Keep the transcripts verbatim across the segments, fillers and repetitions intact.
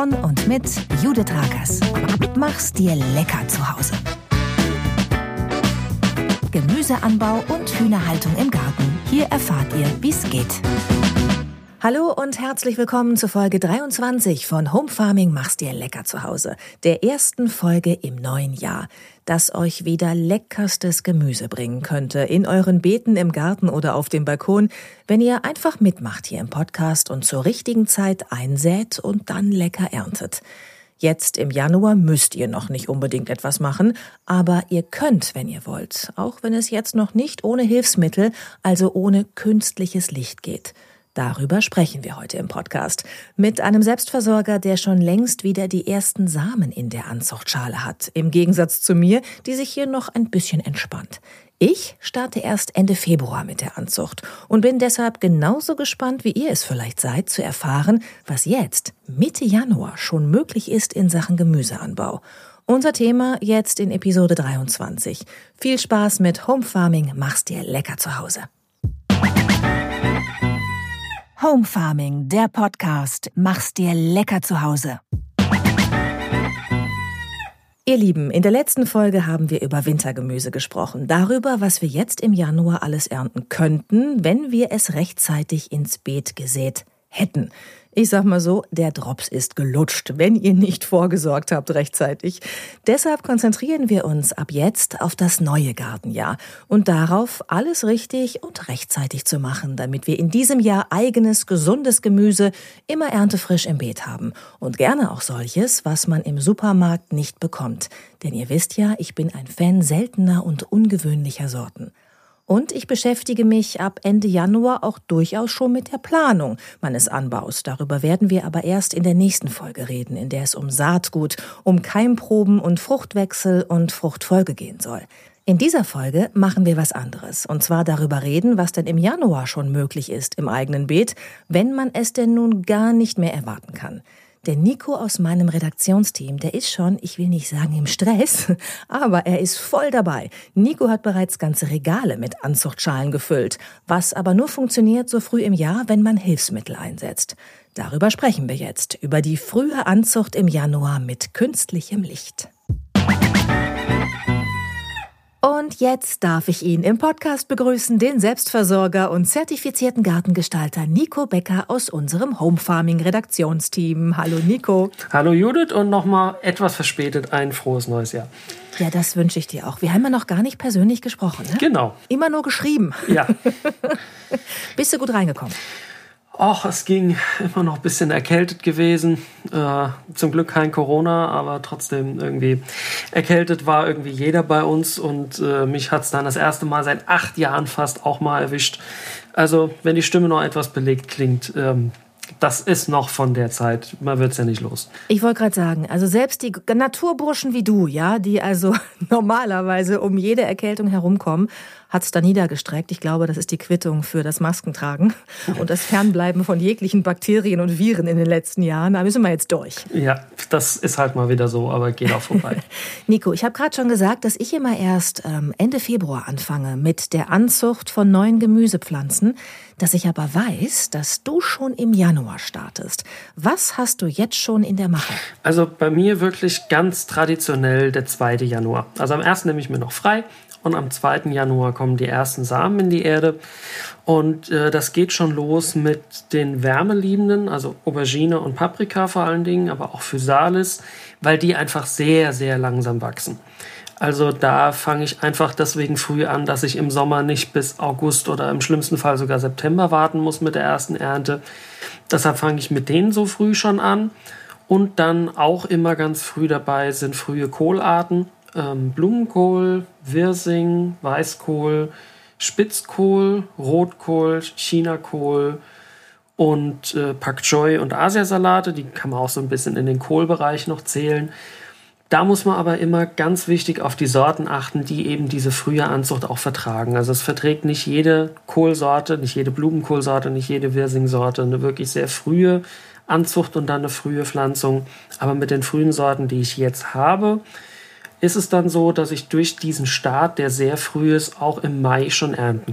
Von und mit Judith Rakers. Mach's dir lecker zu Hause. Gemüseanbau und Hühnerhaltung im Garten. Hier erfahrt ihr, wie's geht. Hallo und herzlich willkommen zur Folge dreiundzwanzig von Home Farming Mach's dir lecker zu Hause, der ersten Folge im neuen Jahr, das euch wieder leckerstes Gemüse bringen könnte in euren Beeten im Garten oder auf dem Balkon, wenn ihr einfach mitmacht hier im Podcast und zur richtigen Zeit einsät und dann lecker erntet. Jetzt im Januar müsst ihr noch nicht unbedingt etwas machen, aber ihr könnt, wenn ihr wollt, auch wenn es jetzt noch nicht ohne Hilfsmittel, also ohne künstliches Licht geht. Darüber sprechen wir heute im Podcast. Mit einem Selbstversorger, der schon längst wieder die ersten Samen in der Anzuchtschale hat. Im Gegensatz zu mir, die sich hier noch ein bisschen entspannt. Ich starte erst Ende Februar mit der Anzucht und bin deshalb genauso gespannt, wie ihr es vielleicht seid, zu erfahren, was jetzt, Mitte Januar, schon möglich ist in Sachen Gemüseanbau. Unser Thema jetzt in Episode dreiundzwanzig. Viel Spaß mit Home Farming, mach's dir lecker zu Hause. Home Farming, der Podcast. Mach's dir lecker zu Hause. Ihr Lieben, in der letzten Folge haben wir über Wintergemüse gesprochen. Darüber, was wir jetzt im Januar alles ernten könnten, wenn wir es rechtzeitig ins Beet gesät hätten. Ich sag mal so, der Drops ist gelutscht, wenn ihr nicht vorgesorgt habt rechtzeitig. Deshalb konzentrieren wir uns ab jetzt auf das neue Gartenjahr und darauf, alles richtig und rechtzeitig zu machen, damit wir in diesem Jahr eigenes, gesundes Gemüse immer erntefrisch im Beet haben. Und gerne auch solches, was man im Supermarkt nicht bekommt. Denn ihr wisst ja, ich bin ein Fan seltener und ungewöhnlicher Sorten. Und ich beschäftige mich ab Ende Januar auch durchaus schon mit der Planung meines Anbaus. Darüber werden wir aber erst in der nächsten Folge reden, in der es um Saatgut, um Keimproben und Fruchtwechsel und Fruchtfolge gehen soll. In dieser Folge machen wir was anderes, und zwar darüber reden, was denn im Januar schon möglich ist im eigenen Beet, wenn man es denn nun gar nicht mehr erwarten kann. Der Nico aus meinem Redaktionsteam, der ist schon, ich will nicht sagen im Stress, aber er ist voll dabei. Nico hat bereits ganze Regale mit Anzuchtschalen gefüllt, was aber nur funktioniert so früh im Jahr, wenn man Hilfsmittel einsetzt. Darüber sprechen wir jetzt, über die frühe Anzucht im Januar mit künstlichem Licht. Und jetzt darf ich ihn im Podcast begrüßen, den Selbstversorger und zertifizierten Gartengestalter Nico Becker aus unserem Home Farming Redaktionsteam. Hallo Nico. Hallo Judith und nochmal etwas verspätet ein frohes neues Jahr. Ja, das wünsche ich dir auch. Wir haben ja noch gar nicht persönlich gesprochen, ne? Genau. Immer nur geschrieben. Ja. Bist du gut reingekommen? Och, es ging immer noch ein bisschen erkältet gewesen. Äh, zum Glück kein Corona, aber trotzdem irgendwie erkältet war irgendwie jeder bei uns. Und äh, mich hat es dann das erste Mal seit acht Jahren fast auch mal erwischt. Also wenn die Stimme noch etwas belegt klingt, ähm, das ist noch von der Zeit. Man wird's ja nicht los. Ich wollte gerade sagen, also selbst die Naturburschen wie du, ja, die also normalerweise um jede Erkältung herumkommen, hat's da niedergestreckt. Ich glaube, das ist die Quittung für das Maskentragen und das Fernbleiben von jeglichen Bakterien und Viren in den letzten Jahren. Da müssen wir jetzt durch. Ja, das ist halt mal wieder so, aber geht auch vorbei. Nico, ich habe gerade schon gesagt, dass ich immer erst ähm, Ende Februar anfange mit der Anzucht von neuen Gemüsepflanzen, dass ich aber weiß, dass du schon im Januar startest. Was hast du jetzt schon in der Mache? Also bei mir wirklich ganz traditionell der zweite Januar. Also am ersten nehme ich mir noch frei. Und am zweiten Januar kommen die ersten Samen in die Erde. Und äh, das geht schon los mit den Wärmeliebenden, also Aubergine und Paprika vor allen Dingen, aber auch Physalis, weil die einfach sehr, sehr langsam wachsen. Also da fange ich einfach deswegen früh an, dass ich im Sommer nicht bis August oder im schlimmsten Fall sogar September warten muss mit der ersten Ernte. Deshalb fange ich mit denen so früh schon an. Und dann auch immer ganz früh dabei sind frühe Kohlarten. Ähm, Blumenkohl, Wirsing, Weißkohl, Spitzkohl, Rotkohl, Chinakohl und äh, Pak Choi und Asiasalate. Die kann man auch so ein bisschen in den Kohlbereich noch zählen. Da muss man aber immer ganz wichtig auf die Sorten achten, die eben diese frühe Anzucht auch vertragen. Also es verträgt nicht jede Kohlsorte, nicht jede Blumenkohlsorte, nicht jede Wirsingsorte. Eine wirklich sehr frühe Anzucht und dann eine frühe Pflanzung. Aber mit den frühen Sorten, die ich jetzt habe, ist es dann so, dass ich durch diesen Start, der sehr früh ist, auch im Mai schon ernten kann.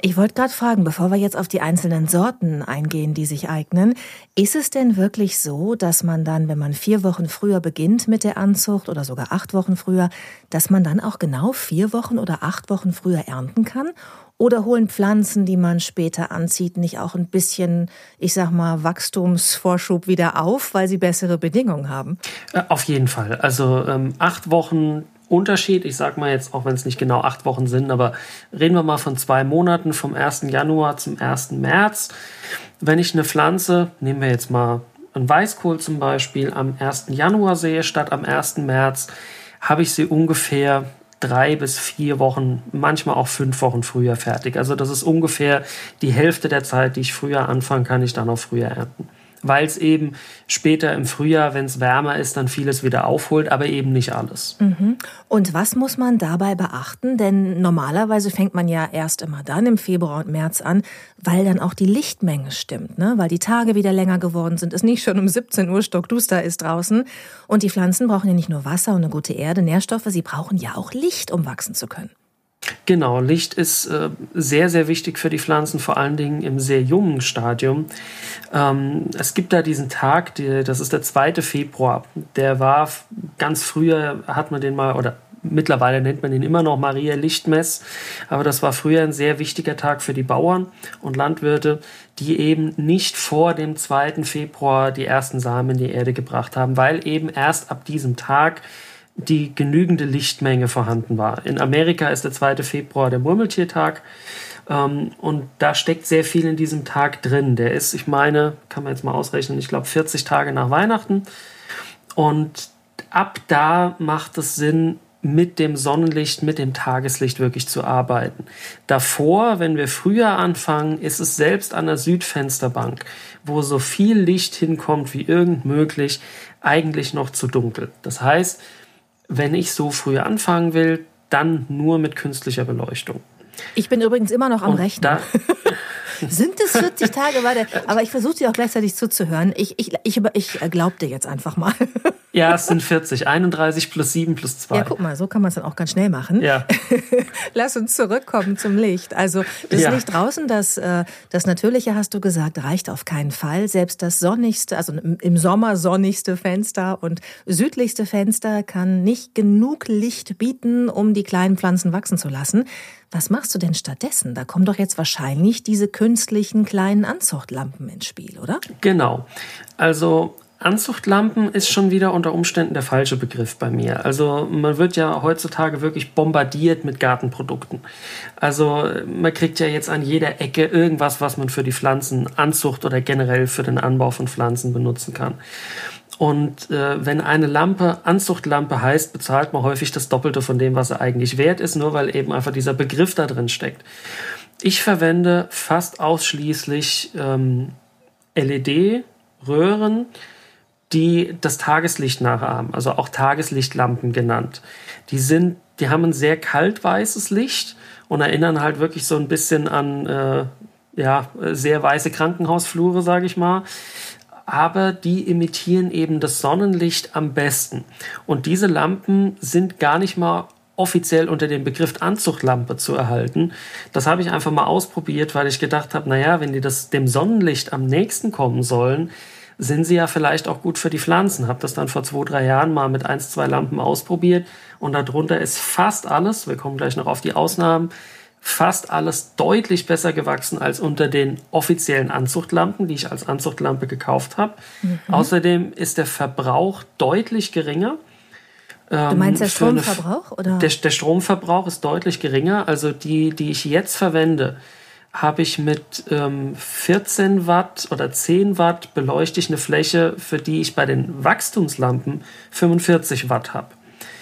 Ich wollte gerade fragen, bevor wir jetzt auf die einzelnen Sorten eingehen, die sich eignen, ist es denn wirklich so, dass man dann, wenn man vier Wochen früher beginnt mit der Anzucht oder sogar acht Wochen früher, dass man dann auch genau vier Wochen oder acht Wochen früher ernten kann? Oder holen Pflanzen, die man später anzieht, nicht auch ein bisschen, ich sag mal, Wachstumsvorschub wieder auf, weil sie bessere Bedingungen haben? Auf jeden Fall. Also ähm, acht Wochen Unterschied, ich sag mal jetzt, auch wenn es nicht genau acht Wochen sind, aber reden wir mal von zwei Monaten, vom ersten Januar zum ersten März. Wenn ich eine Pflanze, nehmen wir jetzt mal einen Weißkohl zum Beispiel, am ersten Januar sehe statt am ersten März, habe ich sie ungefähr drei bis vier Wochen, manchmal auch fünf Wochen früher fertig. Also das ist ungefähr die Hälfte der Zeit, die ich früher anfangen kann, ich dann auch früher ernten. Weil es eben später im Frühjahr, wenn es wärmer ist, dann vieles wieder aufholt, aber eben nicht alles. Mhm. Und was muss man dabei beachten? Denn normalerweise fängt man ja erst immer dann im Februar und März an, weil dann auch die Lichtmenge stimmt, ne? Weil die Tage wieder länger geworden sind, es nicht schon um siebzehn Uhr stockduster ist draußen. Und die Pflanzen brauchen ja nicht nur Wasser und eine gute Erde, Nährstoffe, sie brauchen ja auch Licht, um wachsen zu können. Genau, Licht ist äh, sehr, sehr wichtig für die Pflanzen, vor allen Dingen im sehr jungen Stadium. Ähm, es gibt da diesen Tag, die, das ist der zweite Februar. Der war ganz früher, hat man den mal, oder mittlerweile nennt man den immer noch Maria Lichtmess, aber das war früher ein sehr wichtiger Tag für die Bauern und Landwirte, die eben nicht vor dem zweiten Februar die ersten Samen in die Erde gebracht haben, weil eben erst ab diesem Tag die genügende Lichtmenge vorhanden war. In Amerika ist der zweite Februar der Murmeltiertag ähm, und da steckt sehr viel in diesem Tag drin. Der ist, ich meine, kann man jetzt mal ausrechnen, ich glaube vierzig Tage nach Weihnachten und ab da macht es Sinn, mit dem Sonnenlicht, mit dem Tageslicht wirklich zu arbeiten. Davor, wenn wir früher anfangen, ist es selbst an der Südfensterbank, wo so viel Licht hinkommt wie irgend möglich, eigentlich noch zu dunkel. Das heißt, wenn ich so früh anfangen will, dann nur mit künstlicher Beleuchtung. Ich bin übrigens immer noch am Und Rechnen. Sind es vierzig Tage? Warte, aber ich versuche dir auch gleichzeitig zuzuhören. Ich, ich, ich, ich glaub dir jetzt einfach mal. Ja, es sind vierzig. einunddreißig plus sieben plus zwei. Ja, guck mal, so kann man es dann auch ganz schnell machen. Ja. Lass uns zurückkommen zum Licht. Also das Ja. Licht draußen, das, das Natürliche, hast du gesagt, reicht auf keinen Fall. Selbst das sonnigste, also im Sommer sonnigste Fenster und südlichste Fenster kann nicht genug Licht bieten, um die kleinen Pflanzen wachsen zu lassen. Was machst du denn stattdessen? Da kommen doch jetzt wahrscheinlich diese künstlichen kleinen Anzuchtlampen ins Spiel, oder? Genau. Also Anzuchtlampen ist schon wieder unter Umständen der falsche Begriff bei mir. Also man wird ja heutzutage wirklich bombardiert mit Gartenprodukten. Also man kriegt ja jetzt an jeder Ecke irgendwas, was man für die Pflanzenanzucht oder generell für den Anbau von Pflanzen benutzen kann. Und äh, wenn eine Lampe Anzuchtlampe heißt, bezahlt man häufig das Doppelte von dem, was sie eigentlich wert ist, nur weil eben einfach dieser Begriff da drin steckt. Ich verwende fast ausschließlich ähm, L E D-Röhren, die das Tageslicht nachahmen, also auch Tageslichtlampen genannt. Die sind, die haben ein sehr kaltweißes Licht und erinnern halt wirklich so ein bisschen an äh, ja, sehr weiße Krankenhausflure, sage ich mal. Aber die imitieren eben das Sonnenlicht am besten. Und diese Lampen sind gar nicht mal offiziell unter dem Begriff Anzuchtlampe zu erhalten. Das habe ich einfach mal ausprobiert, weil ich gedacht habe, naja, wenn die das dem Sonnenlicht am nächsten kommen sollen, sind sie ja vielleicht auch gut für die Pflanzen. Habe das dann vor zwei, drei Jahren mal mit eins, zwei Lampen ausprobiert und darunter ist fast alles, wir kommen gleich noch auf die Ausnahmen, fast alles deutlich besser gewachsen als unter den offiziellen Anzuchtlampen, die ich als Anzuchtlampe gekauft habe. Mhm. Außerdem ist der Verbrauch deutlich geringer. Du meinst der Stromverbrauch? Oder? Der, der Stromverbrauch ist deutlich geringer. Also die, die ich jetzt verwende, habe ich mit ähm, vierzehn Watt oder zehn Watt beleuchte ich eine Fläche, für die ich bei den Wachstumslampen fünfundvierzig Watt habe.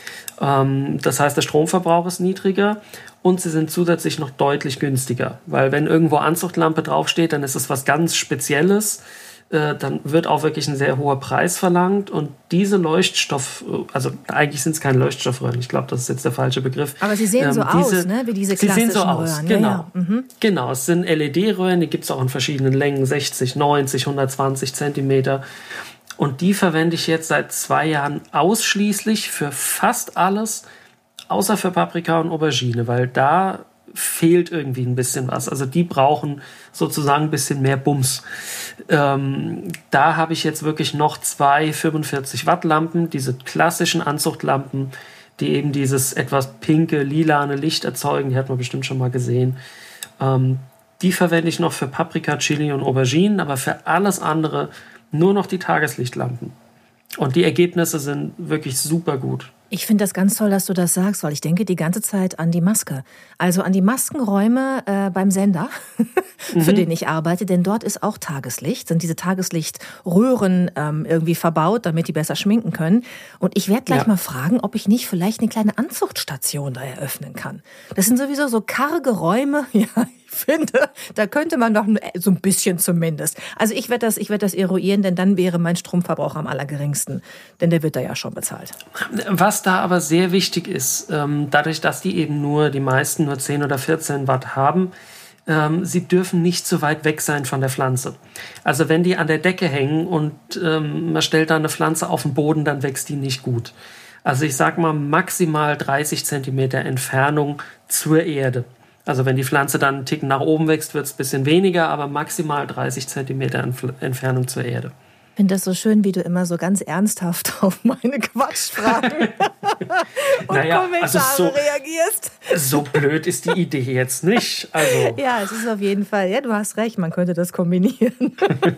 Ähm, das heißt, der Stromverbrauch ist niedriger und sie sind zusätzlich noch deutlich günstiger. Weil wenn irgendwo Anzuchtlampe draufsteht, dann ist es was ganz Spezielles. Äh, dann wird auch wirklich ein sehr hoher Preis verlangt. Und diese Leuchtstoff, also eigentlich sind es keine Leuchtstoffröhren, ich glaube, das ist jetzt der falsche Begriff. Aber sie sehen ähm, so diese, aus, ne? Wie diese klassischen sie sehen so aus, Röhren. genau. Ja, ja. Mhm. Genau, es sind L E D-Röhren, die gibt es auch in verschiedenen Längen, sechzig, neunzig, hundertzwanzig Zentimeter. Und die verwende ich jetzt seit zwei Jahren ausschließlich für fast alles, außer für Paprika und Aubergine, weil da fehlt irgendwie ein bisschen was. Also die brauchen sozusagen ein bisschen mehr Bums. Ähm, da habe ich jetzt wirklich noch zwei fünfundvierzig Watt Lampen, diese klassischen Anzuchtlampen, die eben dieses etwas pinke, lilane Licht erzeugen. Die hat man bestimmt schon mal gesehen. Ähm, die verwende ich noch für Paprika, Chili und Auberginen, aber für alles andere nur noch die Tageslichtlampen. Und die Ergebnisse sind wirklich super gut. Ich finde das ganz toll, dass du das sagst, weil ich denke die ganze Zeit an die Maske. Also an die Maskenräume äh, beim Sender, für mhm. den ich arbeite, denn dort ist auch Tageslicht, sind diese Tageslichtröhren ähm, irgendwie verbaut, damit die besser schminken können. Und ich werde gleich ja. mal fragen, ob ich nicht vielleicht eine kleine Anzuchtstation da eröffnen kann. Das sind sowieso so karge Räume, ja. Ich finde, da könnte man doch so ein bisschen zumindest. Also ich werde das, ich werde das eruieren, denn dann wäre mein Stromverbrauch am allergeringsten. Denn der wird da ja schon bezahlt. Was da aber sehr wichtig ist, ähm, dadurch, dass die eben nur, die meisten nur zehn oder vierzehn Watt haben, ähm, sie dürfen nicht so weit weg sein von der Pflanze. Also wenn die an der Decke hängen und ähm, man stellt da eine Pflanze auf den Boden, dann wächst die nicht gut. Also ich sag mal maximal dreißig Zentimeter Entfernung zur Erde. Also wenn die Pflanze dann einen Ticken nach oben wächst, wird es ein bisschen weniger, aber maximal dreißig Zentimeter Entfernung zur Erde. Ich finde das so schön, wie du immer so ganz ernsthaft auf meine Quatschfragen und naja, Kommentare also so, reagierst. So blöd ist die Idee jetzt nicht. Also. Ja, es ist auf jeden Fall, ja, du hast recht, man könnte das kombinieren.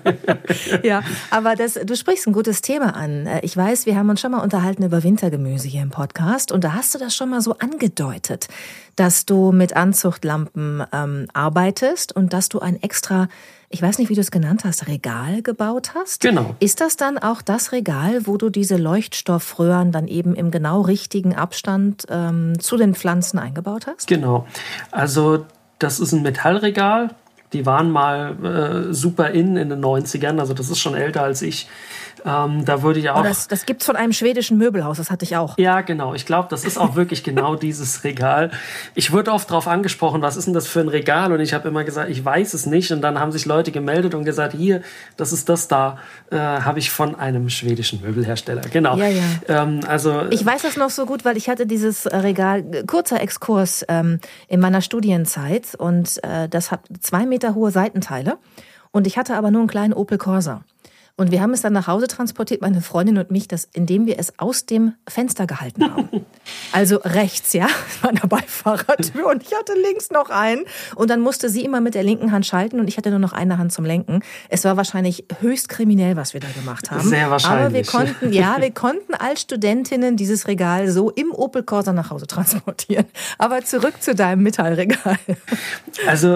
Ja, aber das, du sprichst ein gutes Thema an. Ich weiß, wir haben uns schon mal unterhalten über Wintergemüse hier im Podcast und da hast du das schon mal so angedeutet, dass du mit Anzuchtlampen ähm, arbeitest und dass du ein extra, ich weiß nicht, wie du es genannt hast, Regal gebaut hast. Genau. Ist das dann auch das Regal, wo du diese Leuchtstoffröhren dann eben im genau richtigen Abstand ähm, zu den Pflanzen eingebaut hast? Genau. Also das ist ein Metallregal. Die waren mal äh, super in in den neunzigern, also das ist schon älter als ich. Ähm, da würde ich auch. Oh, das das gibt es von einem schwedischen Möbelhaus, das hatte ich auch. Ja, genau. Ich glaube, das ist auch wirklich genau dieses Regal. Ich wurde oft darauf angesprochen, was ist denn das für ein Regal? Und ich habe immer gesagt, ich weiß es nicht. Und dann haben sich Leute gemeldet und gesagt, hier, das ist das da, äh, habe ich von einem schwedischen Möbelhersteller. Genau. Ja, ja. Ähm, also, ich weiß das noch so gut, weil ich hatte dieses Regal, kurzer Exkurs ähm, in meiner Studienzeit. Und äh, das hat zwei Meter hohe Seitenteile. Und ich hatte aber nur einen kleinen Opel Corsa. Und wir haben es dann nach Hause transportiert, meine Freundin und mich, das, indem wir es aus dem Fenster gehalten haben. Also rechts, ja, das war eine Beifahrertür und ich hatte links noch einen. Und dann musste sie immer mit der linken Hand schalten und ich hatte nur noch eine Hand zum Lenken. Es war wahrscheinlich höchst kriminell, was wir da gemacht haben. Sehr wahrscheinlich. Aber wir konnten, ja, wir konnten als Studentinnen dieses Regal so im Opel Corsa nach Hause transportieren. Aber zurück zu deinem Metallregal. Also...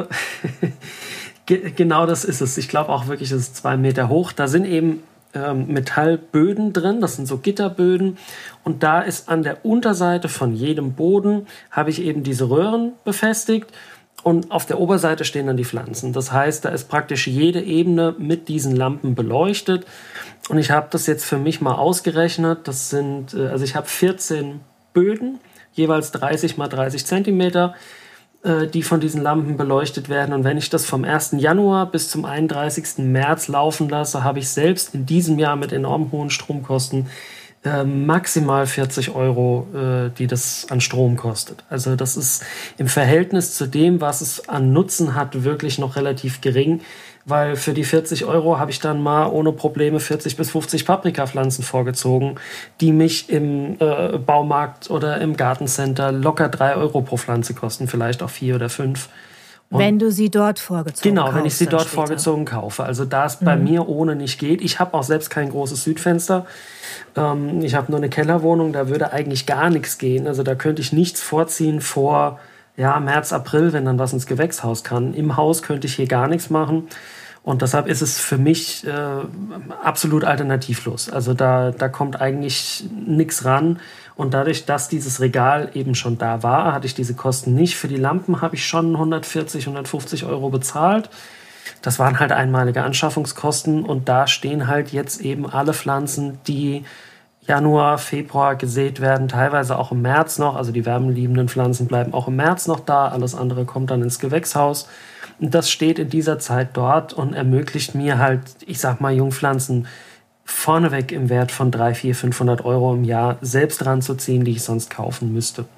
Genau das ist es. Ich glaube auch wirklich, es ist zwei Meter hoch. Da sind eben ähm, Metallböden drin, das sind so Gitterböden. Und da ist an der Unterseite von jedem Boden, habe ich eben diese Röhren befestigt. Und auf der Oberseite stehen dann die Pflanzen. Das heißt, da ist praktisch jede Ebene mit diesen Lampen beleuchtet. Und ich habe das jetzt für mich mal ausgerechnet. Das sind, äh, also ich habe vierzehn Böden, jeweils dreißig mal dreißig Zentimeter. Die von diesen Lampen beleuchtet werden. Und wenn ich das vom ersten Januar bis zum einunddreißigsten März laufen lasse, habe ich selbst in diesem Jahr mit enorm hohen Stromkosten äh, maximal vierzig Euro, äh, die das an Strom kostet. Also das ist im Verhältnis zu dem, was es an Nutzen hat, wirklich noch relativ gering. Weil für die vierzig Euro habe ich dann mal ohne Probleme vierzig bis fünfzig Paprikapflanzen vorgezogen, die mich im äh, Baumarkt oder im Gartencenter locker drei Euro pro Pflanze kosten, vielleicht auch vier oder fünf. Und wenn du sie dort vorgezogen Genau, kaufst, wenn ich sie dort später. vorgezogen kaufe. Also da es bei mhm. mir ohne nicht geht. Ich habe auch selbst kein großes Südfenster. Ähm, ich habe nur eine Kellerwohnung, da würde eigentlich gar nichts gehen. Also da könnte ich nichts vorziehen vor ja, März, April, wenn dann was ins Gewächshaus kann. Im Haus könnte ich hier gar nichts machen. Und deshalb ist es für mich äh, absolut alternativlos. Also da, da kommt eigentlich nichts ran. Und dadurch, dass dieses Regal eben schon da war, hatte ich diese Kosten nicht. Für die Lampen habe ich schon hundertvierzig, hundertfünfzig Euro bezahlt. Das waren halt einmalige Anschaffungskosten. Und da stehen halt jetzt eben alle Pflanzen, die Januar, Februar gesät werden, teilweise auch im März noch. Also die wärmeliebenden Pflanzen bleiben auch im März noch da. Alles andere kommt dann ins Gewächshaus. Und das steht in dieser Zeit dort und ermöglicht mir halt, ich sag mal, Jungpflanzen vorneweg im Wert von dreihundert, vierhundert, fünfhundert Euro im Jahr selbst ranzuziehen, die ich sonst kaufen müsste.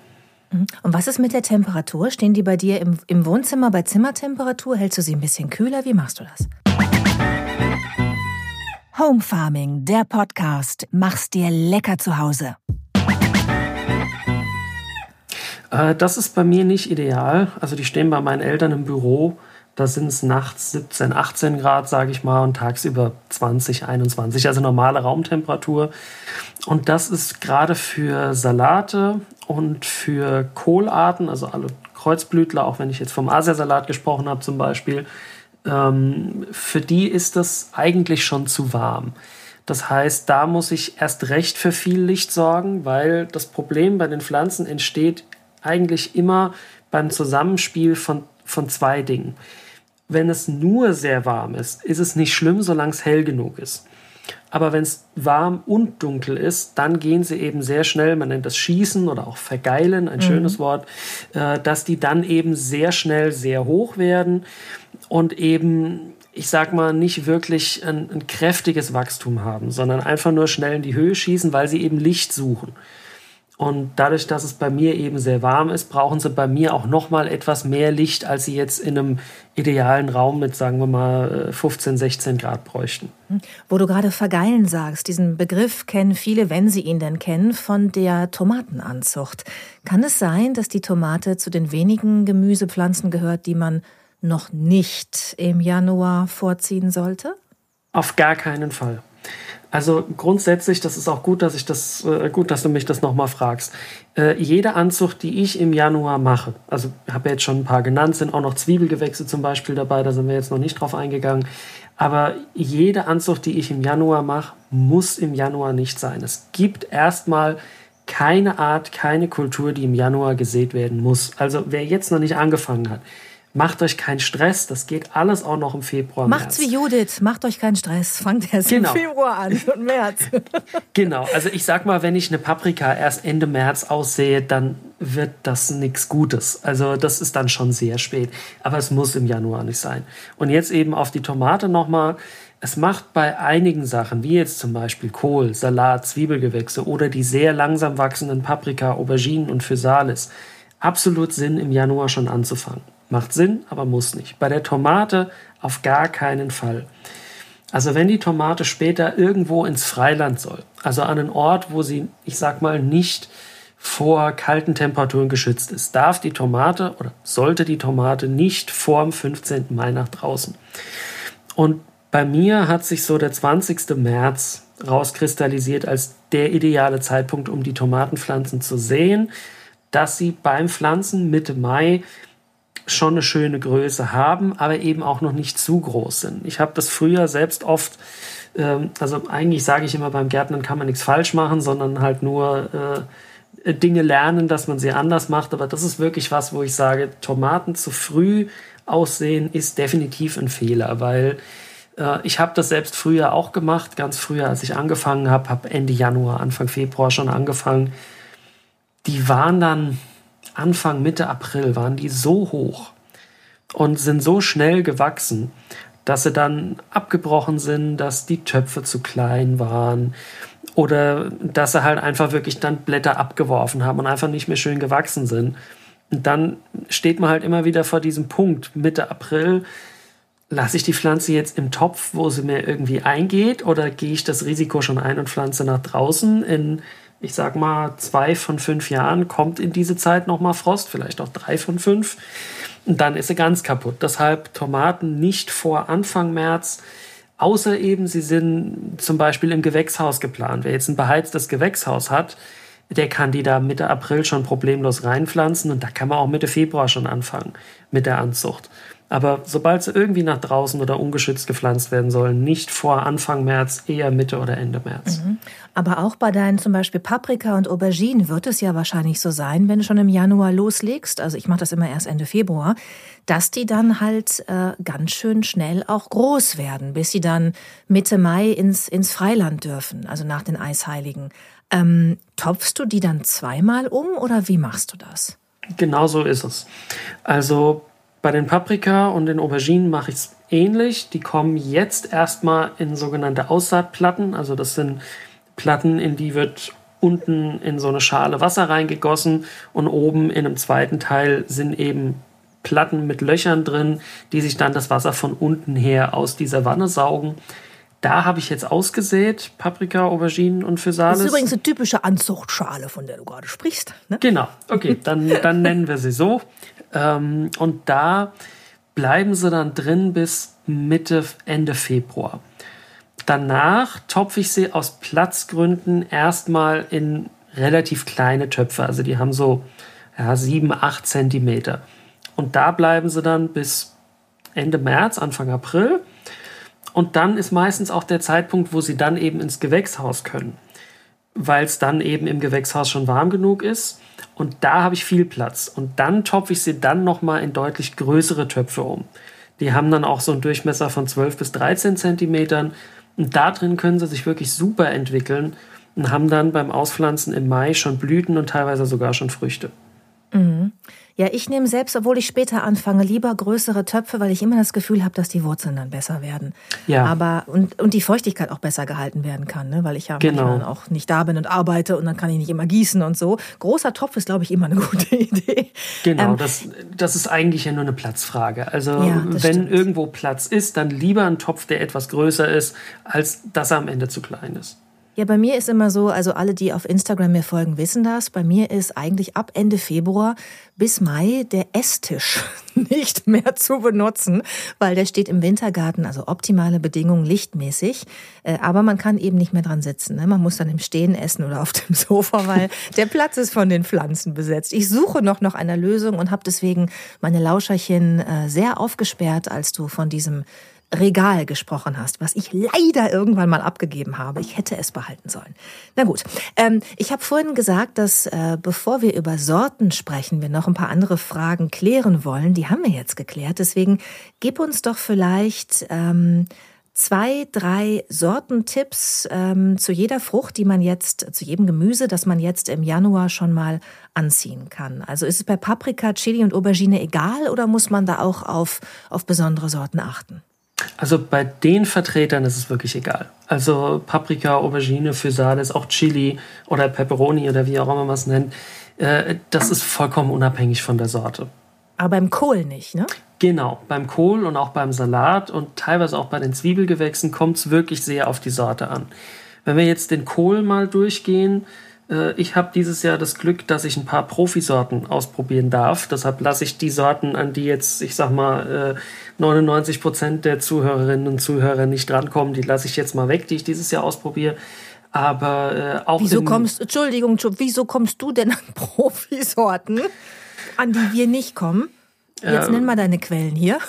Und was ist mit der Temperatur? Stehen die bei dir im, im Wohnzimmer bei Zimmertemperatur? Hältst du sie ein bisschen kühler? Wie machst du das? Home Farming, der Podcast. Mach's dir lecker zu Hause. Äh, das ist bei mir nicht ideal. Also die stehen bei meinen Eltern im Büro. Da sind es nachts siebzehn, achtzehn Grad, sage ich mal, und tagsüber zwanzig, einundzwanzig, also normale Raumtemperatur. Und das ist gerade für Salate und für Kohlarten, also alle Kreuzblütler, auch wenn ich jetzt vom Asiasalat gesprochen habe zum Beispiel, ähm, für die ist das eigentlich schon zu warm. Das heißt, da muss ich erst recht für viel Licht sorgen, weil das Problem bei den Pflanzen entsteht eigentlich immer beim Zusammenspiel von, von zwei Dingen. Wenn es nur sehr warm ist, ist es nicht schlimm, solange es hell genug ist. Aber wenn es warm und dunkel ist, dann gehen sie eben sehr schnell, man nennt das Schießen oder auch Vergeilen, ein mhm. schönes Wort, äh, dass die dann eben sehr schnell sehr hoch werden und eben, ich sag mal, nicht wirklich ein, ein kräftiges Wachstum haben, sondern einfach nur schnell in die Höhe schießen, weil sie eben Licht suchen. Und dadurch, dass es bei mir eben sehr warm ist, brauchen sie bei mir auch noch mal etwas mehr Licht, als sie jetzt in einem idealen Raum mit, sagen wir mal, fünfzehn, sechzehn Grad bräuchten. Wo du gerade vergeilen sagst, diesen Begriff kennen viele, wenn sie ihn denn kennen, von der Tomatenanzucht. Kann es sein, dass die Tomate zu den wenigen Gemüsepflanzen gehört, die man noch nicht im Januar vorziehen sollte? Auf gar keinen Fall. Also grundsätzlich, das ist auch gut, dass ich das äh, gut, dass du mich das nochmal fragst. Äh, jede Anzucht, die ich im Januar mache, also ich habe ja jetzt schon ein paar genannt, sind auch noch Zwiebelgewächse zum Beispiel dabei, da sind wir jetzt noch nicht drauf eingegangen. Aber jede Anzucht, die ich im Januar mache, muss im Januar nicht sein. Es gibt erstmal keine Art, keine Kultur, die im Januar gesät werden muss. Also wer jetzt noch nicht angefangen hat, macht euch keinen Stress, das geht alles auch noch im Februar, Macht's März. wie Judith, macht euch keinen Stress, fangt erst genau. im Februar an und März. Genau, also ich sag mal, wenn ich eine Paprika erst Ende März aussehe, dann wird das nichts Gutes. Also das ist dann schon sehr spät, aber es muss im Januar nicht sein. Und jetzt eben auf die Tomate nochmal. Es macht bei einigen Sachen, wie jetzt zum Beispiel Kohl, Salat, Zwiebelgewächse oder die sehr langsam wachsenden Paprika, Auberginen und Physalis, absolut Sinn, im Januar schon anzufangen. Macht Sinn, aber muss nicht. Bei der Tomate auf gar keinen Fall. Also wenn die Tomate später irgendwo ins Freiland soll, also an einen Ort, wo sie, ich sag mal, nicht vor kalten Temperaturen geschützt ist, darf die Tomate oder sollte die Tomate nicht vor dem fünfzehnten Mai nach draußen. Und bei mir hat sich so der zwanzigsten März rauskristallisiert als der ideale Zeitpunkt, um die Tomatenpflanzen zu säen, dass sie beim Pflanzen Mitte Mai schon eine schöne Größe haben, aber eben auch noch nicht zu groß sind. Ich habe das früher selbst oft, ähm, also eigentlich sage ich immer, beim Gärtnern kann man nichts falsch machen, sondern halt nur äh, Dinge lernen, dass man sie anders macht. Aber das ist wirklich was, wo ich sage, Tomaten zu früh aussehen ist definitiv ein Fehler, weil äh, ich habe das selbst früher auch gemacht, ganz früher, als ich angefangen habe, habe Ende Januar, Anfang Februar schon angefangen. Die waren dann Anfang, Mitte April waren die so hoch und sind so schnell gewachsen, dass sie dann abgebrochen sind, dass die Töpfe zu klein waren oder dass sie halt einfach wirklich dann Blätter abgeworfen haben und einfach nicht mehr schön gewachsen sind. Und dann steht man halt immer wieder vor diesem Punkt, Mitte April, lasse ich die Pflanze jetzt im Topf, wo sie mir irgendwie eingeht, oder gehe ich das Risiko schon ein und pflanze nach draußen? In ich sag mal, zwei von fünf Jahren kommt in diese Zeit nochmal Frost, vielleicht auch drei von fünf. Und dann ist sie ganz kaputt. Deshalb Tomaten nicht vor Anfang März, außer eben sie sind zum Beispiel im Gewächshaus geplant. Wer jetzt ein beheiztes Gewächshaus hat, der kann die da Mitte April schon problemlos reinpflanzen. Und da kann man auch Mitte Februar schon anfangen mit der Anzucht. Aber sobald sie irgendwie nach draußen oder ungeschützt gepflanzt werden sollen, nicht vor Anfang März, eher Mitte oder Ende März. Mhm. Aber auch bei deinen zum Beispiel Paprika und Auberginen wird es ja wahrscheinlich so sein, wenn du schon im Januar loslegst, also ich mache das immer erst Ende Februar, dass die dann halt äh, ganz schön schnell auch groß werden, bis sie dann Mitte Mai ins, ins Freiland dürfen, also nach den Eisheiligen. Ähm, topfst du die dann zweimal um oder wie machst du das? Genau so ist es. Also bei den Paprika und den Auberginen mache ich es ähnlich. Die kommen jetzt erstmal in sogenannte Aussaatplatten. Also das sind Platten, in die wird unten in so eine Schale Wasser reingegossen und oben in einem zweiten Teil sind eben Platten mit Löchern drin, die sich dann das Wasser von unten her aus dieser Wanne saugen. Da habe ich jetzt ausgesät, Paprika, Auberginen und Physalis. Das ist übrigens eine typische Anzuchtschale, von der du gerade sprichst. Ne? Genau, okay, dann, dann nennen wir sie so. Ähm, und da bleiben sie dann drin bis Mitte, Ende Februar. Danach topfe ich sie aus Platzgründen erstmal in relativ kleine Töpfe. Also die haben so ja, sieben, acht Zentimeter. Und da bleiben sie dann bis Ende März, Anfang April. Und dann ist meistens auch der Zeitpunkt, wo sie dann eben ins Gewächshaus können, weil es dann eben im Gewächshaus schon warm genug ist. Und da habe ich viel Platz. Und dann topfe ich sie dann nochmal in deutlich größere Töpfe um. Die haben dann auch so einen Durchmesser von zwölf bis dreizehn Zentimetern. Und da drin können sie sich wirklich super entwickeln und haben dann beim Auspflanzen im Mai schon Blüten und teilweise sogar schon Früchte. Mhm. Ja, ich nehme selbst, obwohl ich später anfange, lieber größere Töpfe, weil ich immer das Gefühl habe, dass die Wurzeln dann besser werden. Ja. Aber und, und die Feuchtigkeit auch besser gehalten werden kann, ne? Weil ich ja genau. manchmal auch nicht da bin und arbeite und dann kann ich nicht immer gießen und so. Großer Topf ist, glaube ich, immer eine gute Idee. Genau, ähm, das, das ist eigentlich ja nur eine Platzfrage. Also ja, wenn stimmt. irgendwo Platz ist, dann lieber ein Topf, der etwas größer ist, als dass er am Ende zu klein ist. Ja, bei mir ist immer so, also alle, die auf Instagram mir folgen, wissen das. Bei mir ist eigentlich ab Ende Februar bis Mai der Esstisch nicht mehr zu benutzen, weil der steht im Wintergarten, also optimale Bedingungen lichtmäßig. Aber man kann eben nicht mehr dran sitzen. Man muss dann im Stehen essen oder auf dem Sofa, weil der Platz ist von den Pflanzen besetzt. Ich suche noch nach einer Lösung und habe deswegen meine Lauscherchen sehr aufgesperrt, als du von diesem Regal gesprochen hast, was ich leider irgendwann mal abgegeben habe. Ich hätte es behalten sollen. Na gut, ähm, ich habe vorhin gesagt, dass äh, bevor wir über Sorten sprechen, wir noch ein paar andere Fragen klären wollen. Die haben wir jetzt geklärt. Deswegen gib uns doch vielleicht ähm, zwei, drei Sortentipps ähm, zu jeder Frucht, die man jetzt, zu jedem Gemüse, das man jetzt im Januar schon mal anziehen kann. Also ist es bei Paprika, Chili und Aubergine egal oder muss man da auch auf, auf besondere Sorten achten? Also bei den Vertretern ist es wirklich egal. Also Paprika, Aubergine, Physalis, auch Chili oder Pepperoni oder wie auch immer man es nennt, äh, das ist vollkommen unabhängig von der Sorte. Aber beim Kohl nicht, ne? Genau, beim Kohl und auch beim Salat und teilweise auch bei den Zwiebelgewächsen kommt es wirklich sehr auf die Sorte an. Wenn wir jetzt den Kohl mal durchgehen, ich habe dieses Jahr das Glück, dass ich ein paar Profisorten ausprobieren darf. Deshalb lasse ich die Sorten, an die jetzt, ich sag mal, neunundneunzig Prozent der Zuhörerinnen und Zuhörer nicht drankommen, die lasse ich jetzt mal weg, die ich dieses Jahr ausprobiere. Aber äh, auch wieso kommst, Entschuldigung, wieso kommst du denn an Profisorten, an die wir nicht kommen? Jetzt äh, nenn mal deine Quellen hier.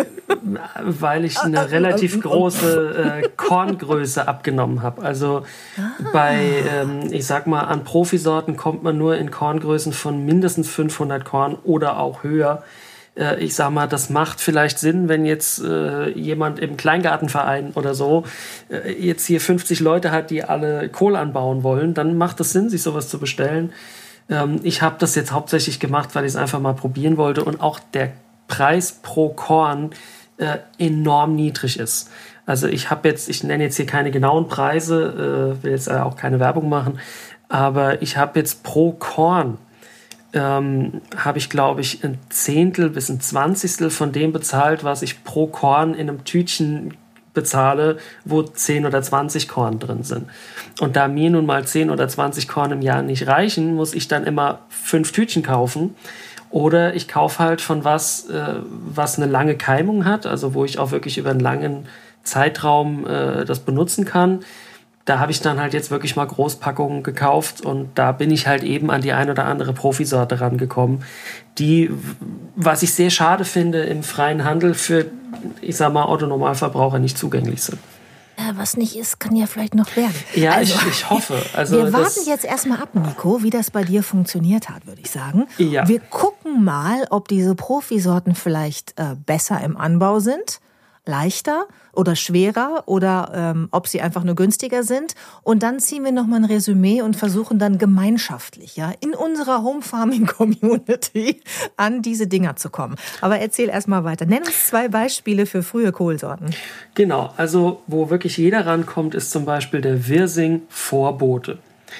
Weil ich eine relativ große äh, Korngröße abgenommen habe. Also ah. bei, ähm, ich sag mal, an Profisorten kommt man nur in Korngrößen von mindestens fünfhundert Korn oder auch höher. Äh, ich sag mal, das macht vielleicht Sinn, wenn jetzt äh, jemand im Kleingartenverein oder so äh, jetzt hier fünfzig Leute hat, die alle Kohl anbauen wollen, dann macht es Sinn, sich sowas zu bestellen. Ähm, ich habe das jetzt hauptsächlich gemacht, weil ich es einfach mal probieren wollte und auch der Preis pro Korn äh, enorm niedrig ist. Also ich habe jetzt, ich nenne jetzt hier keine genauen Preise, äh, will jetzt auch keine Werbung machen, aber ich habe jetzt pro Korn ähm, habe ich, glaube ich, ein Zehntel bis ein Zwanzigstel von dem bezahlt, was ich pro Korn in einem Tütchen bezahle, wo zehn oder zwanzig Korn drin sind. Und da mir nun mal zehn oder zwanzig Korn im Jahr nicht reichen, muss ich dann immer fünf Tütchen kaufen. Oder ich kaufe halt von was, äh, was eine lange Keimung hat, also wo ich auch wirklich über einen langen Zeitraum äh, das benutzen kann. Da habe ich dann halt jetzt wirklich mal Großpackungen gekauft und da bin ich halt eben an die ein oder andere Profisorte rangekommen, die, was ich sehr schade finde, im freien Handel für, ich sag mal, Otto-Normalverbraucher nicht zugänglich sind. Ja, was nicht ist, kann ja vielleicht noch werden. Ja, also, ich, ich hoffe. Also wir warten jetzt erstmal ab, Nico, wie das bei dir funktioniert hat, würde ich sagen. Ja. Wir gucken mal, ob diese Profisorten vielleicht äh, besser im Anbau sind, leichter oder schwerer oder ähm, ob sie einfach nur günstiger sind. Und dann ziehen wir nochmal ein Resümee und versuchen dann gemeinschaftlich, ja, in unserer Home Farming Community an diese Dinger zu kommen. Aber erzähl erstmal weiter. Nenn uns zwei Beispiele für frühe Kohlsorten. Genau, also wo wirklich jeder rankommt, ist zum Beispiel der Wirsing Vorbote.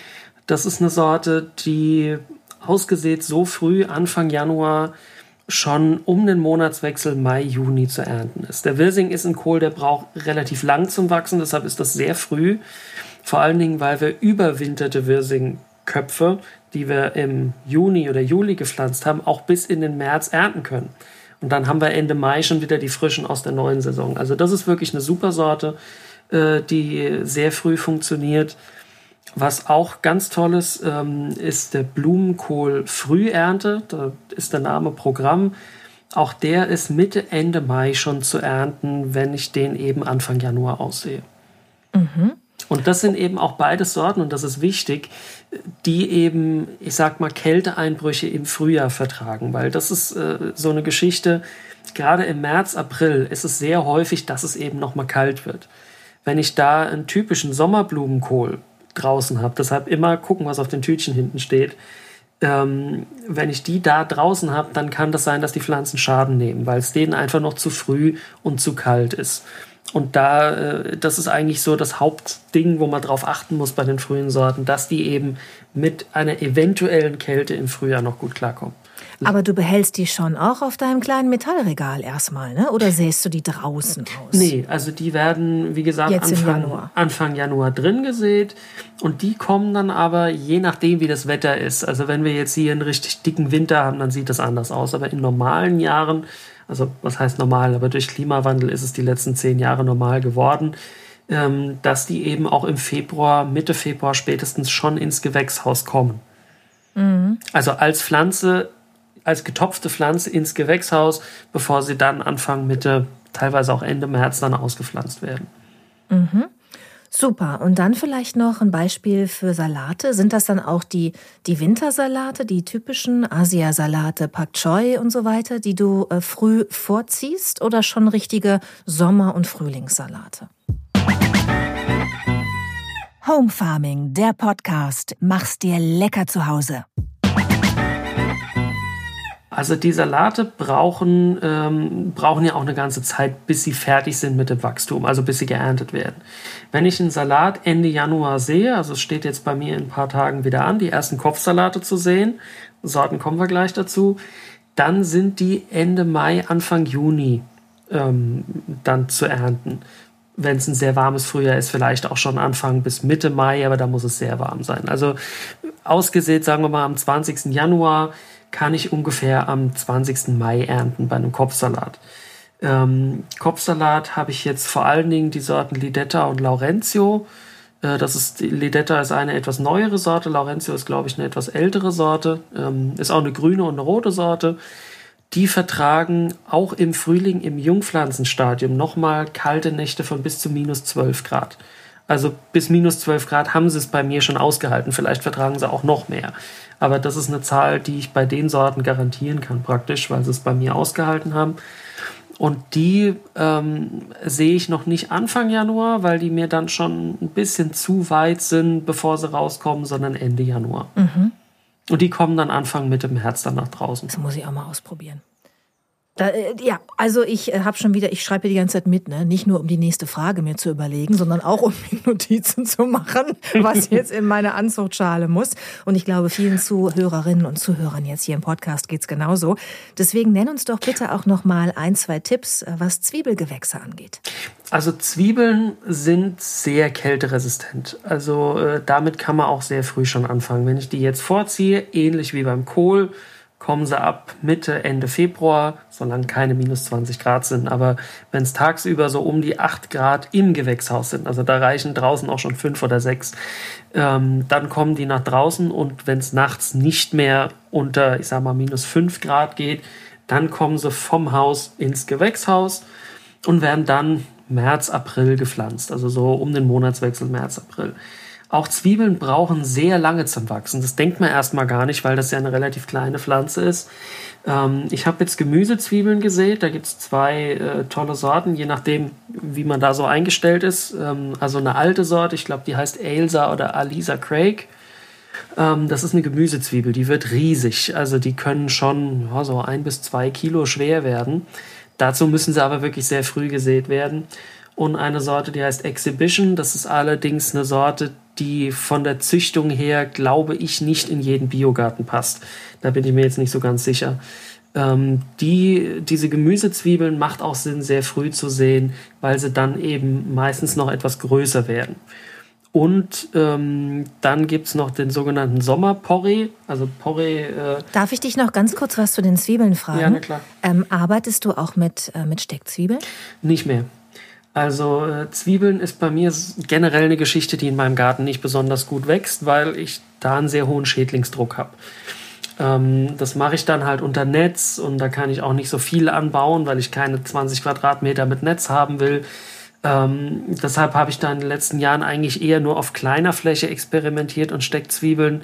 Das ist eine Sorte, die ausgesät so früh, Anfang Januar, schon um den Monatswechsel Mai, Juni zu ernten ist. Der Wirsing ist ein Kohl, der braucht relativ lang zum Wachsen, deshalb ist das sehr früh. Vor allen Dingen, weil wir überwinterte Wirsingköpfe, die wir im Juni oder Juli gepflanzt haben, auch bis in den März ernten können. Und dann haben wir Ende Mai schon wieder die Frischen aus der neuen Saison. Also das ist wirklich eine super Sorte, die sehr früh funktioniert. Was auch ganz toll ist, ähm, ist der Blumenkohl Frühernte. Da ist der Name Programm. Auch der ist Mitte, Ende Mai schon zu ernten, wenn ich den eben Anfang Januar aussehe. Mhm. Und das sind eben auch beides Sorten, und das ist wichtig, die eben, ich sag mal, Kälteeinbrüche im Frühjahr vertragen. Weil das ist äh, so eine Geschichte, gerade im März, April ist es sehr häufig, dass es eben noch mal kalt wird. Wenn ich da einen typischen Sommerblumenkohl draußen habe, deshalb immer gucken, was auf den Tütchen hinten steht. Ähm, wenn ich die da draußen habe, dann kann das sein, dass die Pflanzen Schaden nehmen, weil es denen einfach noch zu früh und zu kalt ist. Und da, äh, das ist eigentlich so das Hauptding, wo man drauf achten muss bei den frühen Sorten, dass die eben mit einer eventuellen Kälte im Frühjahr noch gut klarkommen. Aber du behältst die schon auch auf deinem kleinen Metallregal erstmal, ne? Oder säst du die draußen aus? Nee, also die werden, wie gesagt, Jetzt Anfang, Januar. Anfang Januar drin gesät. Und die kommen dann aber, je nachdem, wie das Wetter ist. Also wenn wir jetzt hier einen richtig dicken Winter haben, dann sieht das anders aus. Aber in normalen Jahren, also was heißt normal, aber durch Klimawandel ist es die letzten zehn Jahre normal geworden, ähm, dass die eben auch im Februar, Mitte Februar spätestens schon ins Gewächshaus kommen. Mhm. Also als Pflanze, als getopfte Pflanze ins Gewächshaus, bevor sie dann Anfang, Mitte, teilweise auch Ende März dann ausgepflanzt werden. Mhm. Super. Und dann vielleicht noch ein Beispiel für Salate. Sind das dann auch die, die Wintersalate, die typischen Asiasalate, Pak Choi und so weiter, die du äh, früh vorziehst, oder schon richtige Sommer- und Frühlingssalate? Home Farming, der Podcast. Mach's dir lecker zu Hause. Also die Salate brauchen, ähm, brauchen ja auch eine ganze Zeit, bis sie fertig sind mit dem Wachstum, also bis sie geerntet werden. Wenn ich einen Salat Ende Januar sehe, also es steht jetzt bei mir in ein paar Tagen wieder an, die ersten Kopfsalate zu sehen, Sorten kommen wir gleich dazu, dann sind die Ende Mai, Anfang Juni ähm, dann zu ernten. Wenn es ein sehr warmes Frühjahr ist, vielleicht auch schon Anfang bis Mitte Mai, aber da muss es sehr warm sein. Also ausgesät, sagen wir mal, am zwanzigsten Januar kann ich ungefähr am zwanzigsten Mai ernten bei einem Kopfsalat. Ähm, Kopfsalat habe ich jetzt vor allen Dingen die Sorten Lidetta und Laurentio. Äh, das ist, Lidetta ist eine etwas neuere Sorte, Laurentio ist, glaube ich, eine etwas ältere Sorte. Ähm, ist auch eine grüne und eine rote Sorte. Die vertragen auch im Frühling, im Jungpflanzenstadium, nochmal kalte Nächte von bis zu minus zwölf Grad. Also bis minus zwölf Grad haben sie es bei mir schon ausgehalten. Vielleicht vertragen sie auch noch mehr. Aber das ist eine Zahl, die ich bei den Sorten garantieren kann praktisch, weil sie es bei mir ausgehalten haben. Und die ähm, sehe ich noch nicht Anfang Januar, weil die mir dann schon ein bisschen zu weit sind, bevor sie rauskommen, sondern Ende Januar. Mhm. Und die kommen dann Anfang, Mitte März dann nach draußen. Das muss ich auch mal ausprobieren. Da, äh, ja, also ich äh, habe schon wieder, ich schreibe die ganze Zeit mit, ne? Nicht nur um die nächste Frage mir zu überlegen, sondern auch um mir Notizen zu machen, was jetzt in meine Anzuchtschale muss. Und ich glaube, vielen Zuhörerinnen und Zuhörern jetzt hier im Podcast geht's genauso. Deswegen nenn uns doch bitte auch noch mal ein, zwei Tipps, was Zwiebelgewächse angeht. Also Zwiebeln sind sehr kälteresistent. Also äh, damit kann man auch sehr früh schon anfangen. Wenn ich die jetzt vorziehe, ähnlich wie beim Kohl, kommen sie ab Mitte, Ende Februar, solange keine minus zwanzig Grad sind. Aber wenn es tagsüber so um die acht Grad im Gewächshaus sind, also da reichen draußen auch schon fünf oder sechs, ähm, dann kommen die nach draußen, und wenn es nachts nicht mehr unter, ich sag mal, minus fünf Grad geht, dann kommen sie vom Haus ins Gewächshaus und werden dann März, April gepflanzt, also so um den Monatswechsel März, April. Auch Zwiebeln brauchen sehr lange zum Wachsen. Das denkt man erstmal gar nicht, weil das ja eine relativ kleine Pflanze ist. Ähm, ich habe jetzt Gemüsezwiebeln gesät. Da gibt es zwei äh, tolle Sorten, je nachdem, wie man da so eingestellt ist. Ähm, also eine alte Sorte, ich glaube, die heißt Ailsa oder Alisa Craig. Ähm, das ist eine Gemüsezwiebel, die wird riesig. Also die können schon ja, so ein bis zwei Kilo schwer werden. Dazu müssen sie aber wirklich sehr früh gesät werden. Und eine Sorte, die heißt Exhibition. Das ist allerdings eine Sorte, die von der Züchtung her, glaube ich, nicht in jeden Biogarten passt. Da bin ich mir jetzt nicht so ganz sicher. Ähm, die, diese Gemüsezwiebeln macht auch Sinn, sehr früh zu säen, weil sie dann eben meistens noch etwas größer werden. Und ähm, dann gibt es noch den sogenannten Sommerporree. Also Porree. Äh Darf ich dich noch ganz kurz was zu den Zwiebeln fragen? Ja, na klar. Ähm, arbeitest du auch mit, äh, mit Steckzwiebeln? Nicht mehr. Also äh, Zwiebeln ist bei mir generell eine Geschichte, die in meinem Garten nicht besonders gut wächst, weil ich da einen sehr hohen Schädlingsdruck habe. Ähm, das mache ich dann halt unter Netz und da kann ich auch nicht so viel anbauen, weil ich keine zwanzig Quadratmeter mit Netz haben will. Ähm, deshalb habe ich da in den letzten Jahren eigentlich eher nur auf kleiner Fläche experimentiert und Steckzwiebeln.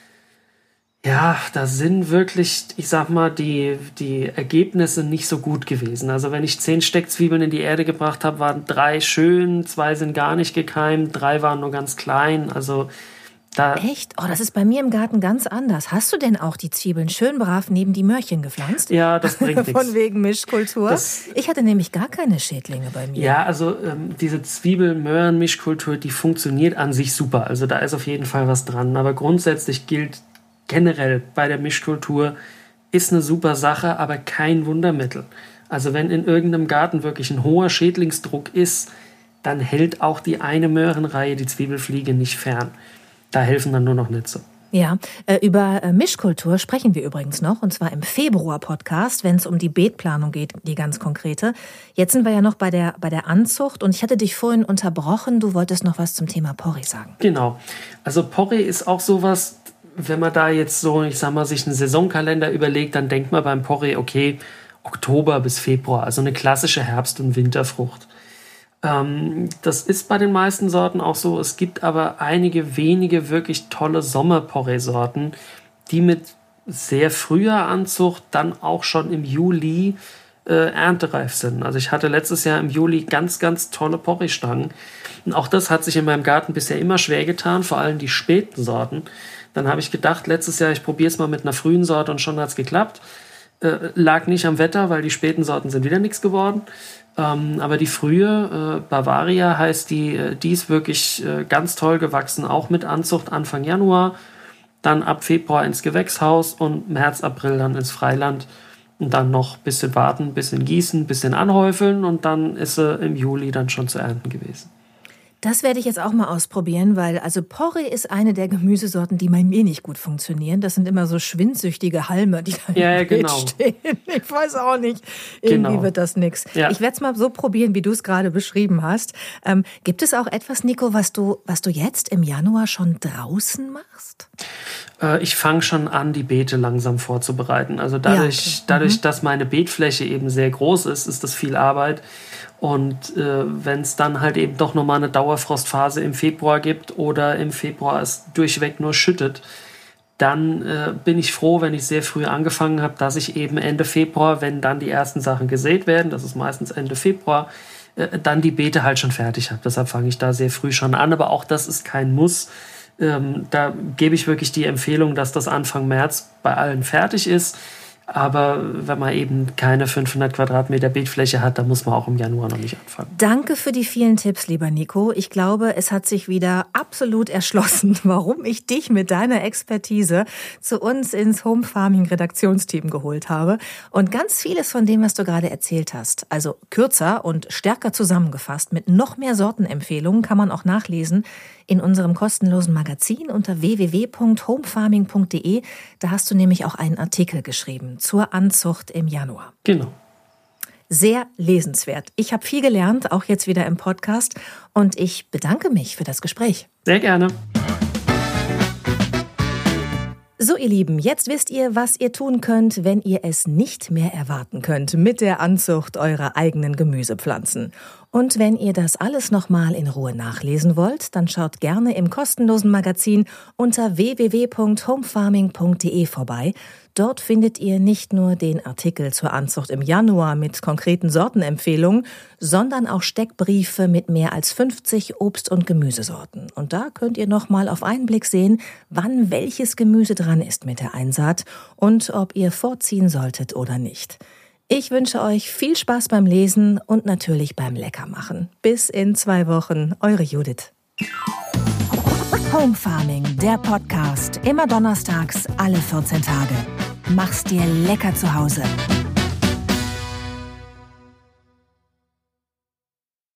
Ja, da sind wirklich, ich sag mal, die, die Ergebnisse nicht so gut gewesen. Also wenn ich zehn Steckzwiebeln in die Erde gebracht habe, waren drei schön, zwei sind gar nicht gekeimt, drei waren nur ganz klein. Also da Echt? Oh, das ist bei mir im Garten ganz anders. Hast du denn auch die Zwiebeln schön brav neben die Möhrchen gepflanzt? Ja, das bringt nichts. Von wegen Mischkultur? Das, ich hatte nämlich gar keine Schädlinge bei mir. Ja, also ähm, diese Zwiebel-Möhren-Mischkultur, die funktioniert an sich super. Also da ist auf jeden Fall was dran. Aber grundsätzlich gilt generell bei der Mischkultur, ist eine super Sache, aber kein Wundermittel. Also wenn in irgendeinem Garten wirklich ein hoher Schädlingsdruck ist, dann hält auch die eine Möhrenreihe die Zwiebelfliege nicht fern. Da helfen dann nur noch Netze. Ja, äh, über äh, Mischkultur sprechen wir übrigens noch, und zwar im Februar-Podcast, wenn es um die Beetplanung geht, die ganz konkrete. Jetzt sind wir ja noch bei der, bei der Anzucht und ich hatte dich vorhin unterbrochen, du wolltest noch was zum Thema Porree sagen. Genau, also Porree ist auch sowas, wenn man da jetzt so, ich sag mal, sich einen Saisonkalender überlegt, dann denkt man beim Porree, okay, Oktober bis Februar, also eine klassische Herbst- und Winterfrucht. Ähm, das ist bei den meisten Sorten auch so. Es gibt aber einige wenige wirklich tolle Sommer-Porree-Sorten, die mit sehr früher Anzucht dann auch schon im Juli äh, erntereif sind. Also ich hatte letztes Jahr im Juli ganz, ganz tolle Porree-Stangen. Und auch das hat sich in meinem Garten bisher immer schwer getan, vor allem die späten Sorten. Dann habe ich gedacht, letztes Jahr, ich probiere es mal mit einer frühen Sorte und schon hat es geklappt. Äh, lag nicht am Wetter, weil die späten Sorten sind wieder nichts geworden. Ähm, aber die frühe, äh, Bavaria heißt die, äh, die ist wirklich äh, ganz toll gewachsen, auch mit Anzucht Anfang Januar, dann ab Februar ins Gewächshaus und März, April dann ins Freiland und dann noch ein bisschen warten, bisschen gießen, bisschen anhäufeln und dann ist sie im Juli dann schon zu ernten gewesen. Das werde ich jetzt auch mal ausprobieren, weil also Porree ist eine der Gemüsesorten, die bei mir nicht gut funktionieren. Das sind immer so schwindsüchtige Halme, die da ja, ja, im Beet genau. stehen. Ich weiß auch nicht. Irgendwie genau. wird das nix. Ja. Ich werde es mal so probieren, wie du es gerade beschrieben hast. Ähm, gibt es auch etwas, Nico, was du, was du jetzt im Januar schon draußen machst? Äh, ich fange schon an, die Beete langsam vorzubereiten. Also dadurch, ja, okay. dadurch mhm. dass meine Beetfläche eben sehr groß ist, ist das viel Arbeit. Und äh, wenn es dann halt eben doch nochmal eine Dauerfrostphase im Februar gibt oder im Februar es durchweg nur schüttet, dann äh, bin ich froh, wenn ich sehr früh angefangen habe, dass ich eben Ende Februar, wenn dann die ersten Sachen gesät werden, das ist meistens Ende Februar, äh, dann die Beete halt schon fertig habe. Deshalb fange ich da sehr früh schon an, aber auch das ist kein Muss. Ähm, da gebe ich wirklich die Empfehlung, dass das Anfang März bei allen fertig ist. Aber wenn man eben keine fünfhundert Quadratmeter Beetfläche hat, dann muss man auch im Januar noch nicht anfangen. Danke für die vielen Tipps, lieber Nico. Ich glaube, es hat sich wieder absolut erschlossen, warum ich dich mit deiner Expertise zu uns ins Home Farming Redaktionsteam geholt habe. Und ganz vieles von dem, was du gerade erzählt hast, also kürzer und stärker zusammengefasst mit noch mehr Sortenempfehlungen, kann man auch nachlesen in unserem kostenlosen Magazin unter w w w punkt homefarming punkt d e. Da hast du nämlich auch einen Artikel geschrieben zur Anzucht im Januar. Genau. Sehr lesenswert. Ich habe viel gelernt, auch jetzt wieder im Podcast. Und ich bedanke mich für das Gespräch. Sehr gerne. So, ihr Lieben, jetzt wisst ihr, was ihr tun könnt, wenn ihr es nicht mehr erwarten könnt mit der Anzucht eurer eigenen Gemüsepflanzen. Und wenn ihr das alles nochmal in Ruhe nachlesen wollt, dann schaut gerne im kostenlosen Magazin unter w w w punkt homefarming punkt d e vorbei. Dort findet ihr nicht nur den Artikel zur Anzucht im Januar mit konkreten Sortenempfehlungen, sondern auch Steckbriefe mit mehr als fünfzig Obst- und Gemüsesorten. Und da könnt ihr nochmal auf einen Blick sehen, wann welches Gemüse dran ist mit der Einsaat und ob ihr vorziehen solltet oder nicht. Ich wünsche euch viel Spaß beim Lesen und natürlich beim Leckermachen. Bis in zwei Wochen, eure Judith. Home Farming, der Podcast, immer donnerstags, alle vierzehn Tage. Mach's dir lecker zu Hause.